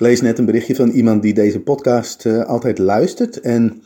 Ik lees net een berichtje van iemand die deze podcast altijd luistert. En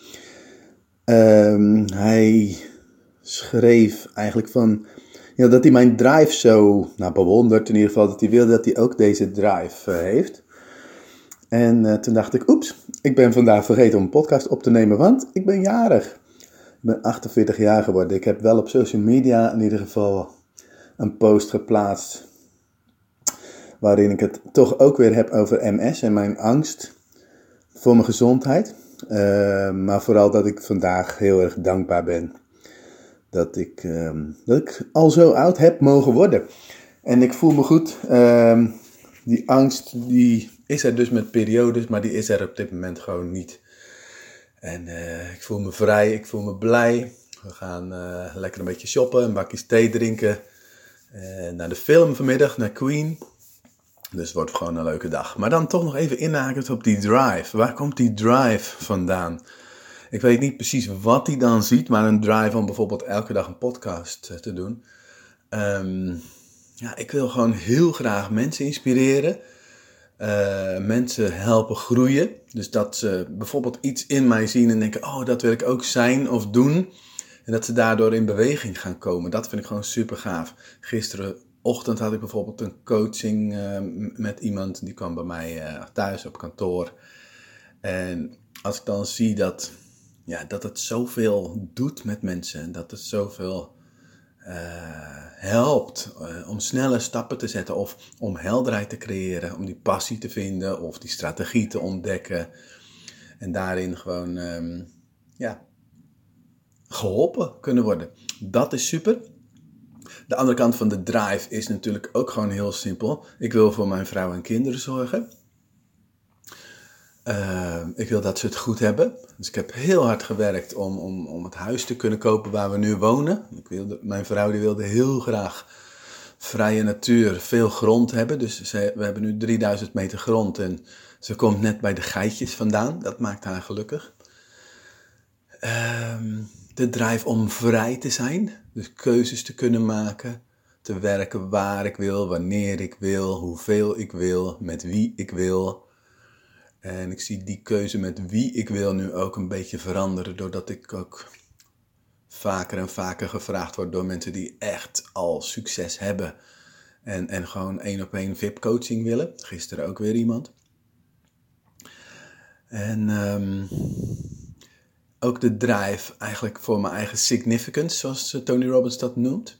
hij schreef eigenlijk van... Ja, dat hij mijn drive zo bewondert. In ieder geval dat hij wil dat hij ook deze drive heeft. En toen dacht ik, oeps, ik ben vandaag vergeten om een podcast op te nemen, want ik ben jarig. Ik ben 48 jaar geworden. Ik heb wel op social media in ieder geval een post geplaatst waarin ik het toch ook weer heb over MS en mijn angst voor mijn gezondheid. Maar vooral dat ik vandaag heel erg dankbaar ben dat ik al zo oud heb mogen worden. En ik voel me goed. Die angst die is er dus met periodes, maar die is er op dit moment gewoon niet. En ik voel me vrij, ik voel me blij. We gaan lekker een beetje shoppen, een bakje thee drinken. Naar de film vanmiddag, naar Queen. Dus het wordt gewoon een leuke dag. Maar dan toch nog even inhaken op die drive. Waar komt die drive vandaan? Ik weet niet precies wat hij dan ziet, maar een drive om bijvoorbeeld elke dag een podcast te doen. Ik wil gewoon heel graag mensen inspireren. Mensen helpen groeien. Dus dat ze bijvoorbeeld iets in mij zien en denken, oh, dat wil ik ook zijn of doen. En dat ze daardoor in beweging gaan komen. Dat vind ik gewoon super gaaf. Gisterenochtend had ik bijvoorbeeld een coaching met iemand. Die kwam bij mij thuis op kantoor. En als ik dan zie dat het zoveel doet met mensen. Dat het zoveel helpt om snelle stappen te zetten. Of om helderheid te creëren. Om die passie te vinden. Of die strategie te ontdekken. En daarin gewoon geholpen kunnen worden. Dat is super. De andere kant van de drive is natuurlijk ook gewoon heel simpel. Ik wil voor mijn vrouw en kinderen zorgen. Ik wil dat ze het goed hebben. Dus ik heb heel hard gewerkt om het huis te kunnen kopen waar we nu wonen. Mijn vrouw die wilde heel graag vrije natuur, veel grond hebben. Dus we hebben nu 3000 meter grond en ze komt net bij de geitjes vandaan. Dat maakt haar gelukkig. De drive om vrij te zijn. Dus keuzes te kunnen maken. Te werken waar ik wil, wanneer ik wil, hoeveel ik wil, met wie ik wil. En ik zie die keuze met wie ik wil nu ook een beetje veranderen. Doordat ik ook vaker en vaker gevraagd word door mensen die echt al succes hebben. En gewoon 1-op-1 VIP coaching willen. Gisteren ook weer iemand. En ook de drive eigenlijk voor mijn eigen significance, zoals Tony Robbins dat noemt.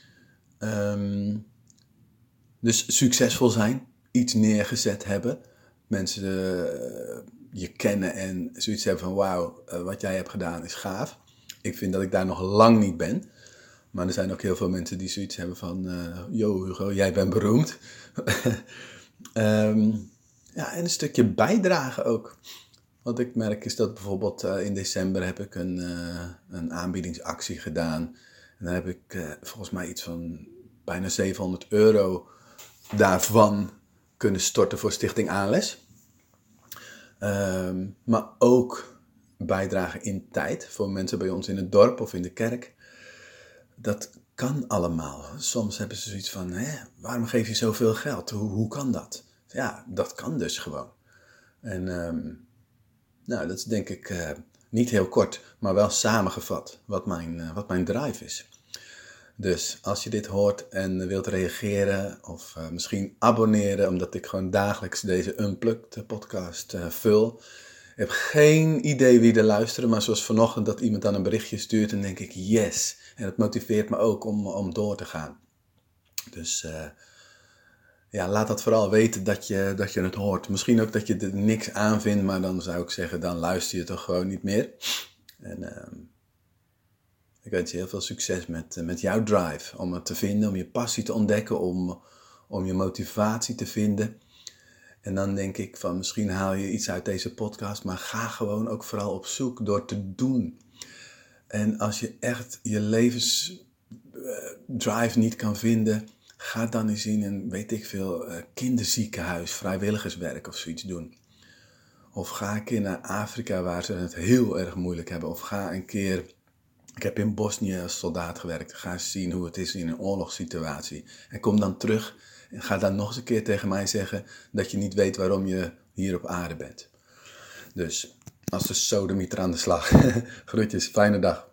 Dus succesvol zijn, iets neergezet hebben. Mensen je kennen en zoiets hebben van wauw, wat jij hebt gedaan is gaaf. Ik vind dat ik daar nog lang niet ben. Maar er zijn ook heel veel mensen die zoiets hebben van yo Hugo, jij bent beroemd. En een stukje bijdragen ook. Wat ik merk is dat bijvoorbeeld in december heb ik een aanbiedingsactie gedaan. En dan heb ik volgens mij iets van bijna €700 daarvan kunnen storten voor Stichting ALS. Maar ook bijdragen in tijd voor mensen bij ons in het dorp of in de kerk. Dat kan allemaal. Soms hebben ze zoiets van, waarom geef je zoveel geld? Hoe kan dat? Ja, dat kan dus gewoon. En dat is denk ik niet heel kort, maar wel samengevat wat mijn drive is. Dus als je dit hoort en wilt reageren of misschien abonneren, omdat ik gewoon dagelijks deze Unplugged podcast vul. Ik heb geen idee wie er luisteren, maar zoals vanochtend dat iemand dan een berichtje stuurt en denk ik yes. En dat motiveert me ook om door te gaan. Dus laat dat vooral weten dat je het hoort. Misschien ook dat je er niks aan vindt, maar dan zou ik zeggen, dan luister je toch gewoon niet meer. En ik wens je heel veel succes met jouw drive. Om het te vinden, om je passie te ontdekken, om je motivatie te vinden. En dan denk ik van misschien haal je iets uit deze podcast, maar ga gewoon ook vooral op zoek door te doen. En als je echt je levensdrive niet kan vinden, ga dan eens in een, weet ik veel, kinderziekenhuis, vrijwilligerswerk of zoiets doen. Of ga een keer naar Afrika waar ze het heel erg moeilijk hebben. Of ga een keer, ik heb in Bosnië als soldaat gewerkt, ga eens zien hoe het is in een oorlogssituatie. En kom dan terug en ga dan nog eens een keer tegen mij zeggen dat je niet weet waarom je hier op aarde bent. Dus als de sodemieter aan de slag. Groetjes, fijne dag.